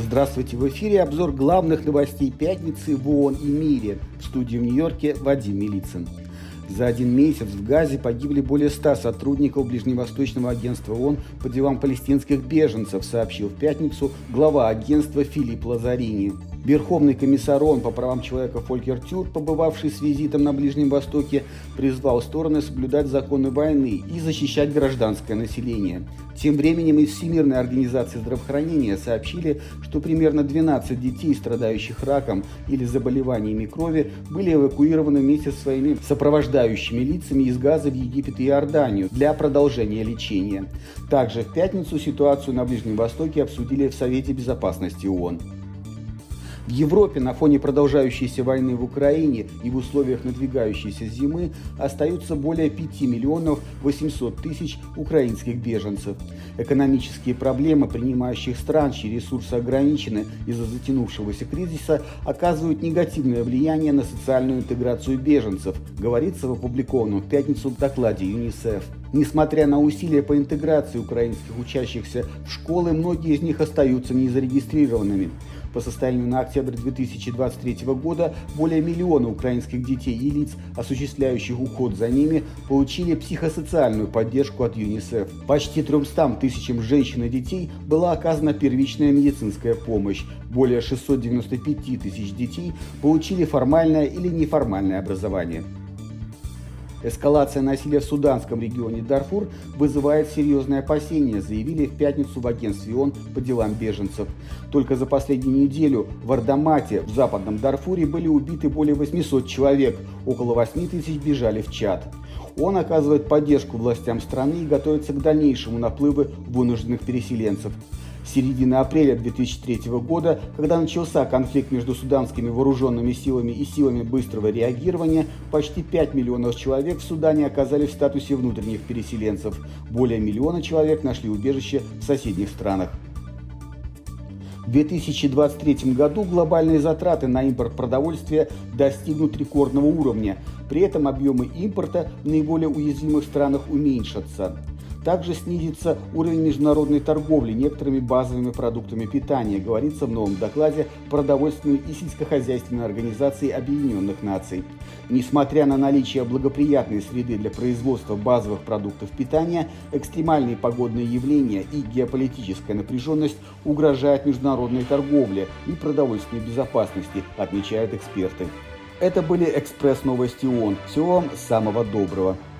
Здравствуйте, в эфире обзор главных новостей пятницы в ООН и мире. В студии в Нью-Йорке Вадим Милицын. За один месяц в Газе погибли более 100 сотрудников Ближневосточного агентства ООН по делам палестинских беженцев, сообщил в пятницу глава агентства Филипп Лазарини. Верховный комиссар ООН по правам человека Фолькер Тюрк, побывавший с визитом на Ближнем Востоке, призвал стороны соблюдать законы войны и защищать гражданское население. Тем временем из Всемирной организации здравоохранения сообщили, что примерно 12 детей, страдающих раком или заболеваниями крови, были эвакуированы вместе со своими сопровождающими лицами из Газа в Египет и Иорданию для продолжения лечения. Также в пятницу ситуацию на Ближнем Востоке обсудили в Совете Безопасности ООН. В Европе на фоне продолжающейся войны в Украине и в условиях надвигающейся зимы остаются более 5 миллионов 800 тысяч украинских беженцев. Экономические проблемы принимающих стран, чьи ресурсы ограничены из-за затянувшегося кризиса, оказывают негативное влияние на социальную интеграцию беженцев, говорится в опубликованном в пятницу докладе ЮНИСЕФ. Несмотря на усилия по интеграции украинских учащихся в школы, многие из них остаются незарегистрированными. По состоянию на октябрь 2023 года более миллиона украинских детей и лиц, осуществляющих уход за ними, получили психосоциальную поддержку от ЮНИСЕФ. Почти 300 тысячам женщин и детей была оказана первичная медицинская помощь. Более 695 тысяч детей получили формальное или неформальное образование. Эскалация насилия в суданском регионе Дарфур вызывает серьезные опасения, заявили в пятницу в агентстве ООН по делам беженцев. Только за последнюю неделю в Ардамате, в западном Дарфуре, были убиты более 800 человек, около 8 тысяч бежали в Чад. ООН оказывает поддержку властям страны и готовится к дальнейшему наплыву вынужденных переселенцев. С середины апреля 2003 года, когда начался конфликт между суданскими вооруженными силами и силами быстрого реагирования, почти 5 миллионов человек в Судане оказались в статусе внутренних переселенцев. Более миллиона человек нашли убежище в соседних странах. В 2023 году глобальные затраты на импорт продовольствия достигнут рекордного уровня. При этом объемы импорта в наиболее уязвимых странах уменьшатся. Также снизится уровень международной торговли некоторыми базовыми продуктами питания, говорится в новом докладе Продовольственной и сельскохозяйственной организации Объединенных Наций. Несмотря на наличие благоприятной среды для производства базовых продуктов питания, экстремальные погодные явления и геополитическая напряженность угрожают международной торговле и продовольственной безопасности, отмечают эксперты. Это были экспресс-новости ООН. Всего вам самого доброго.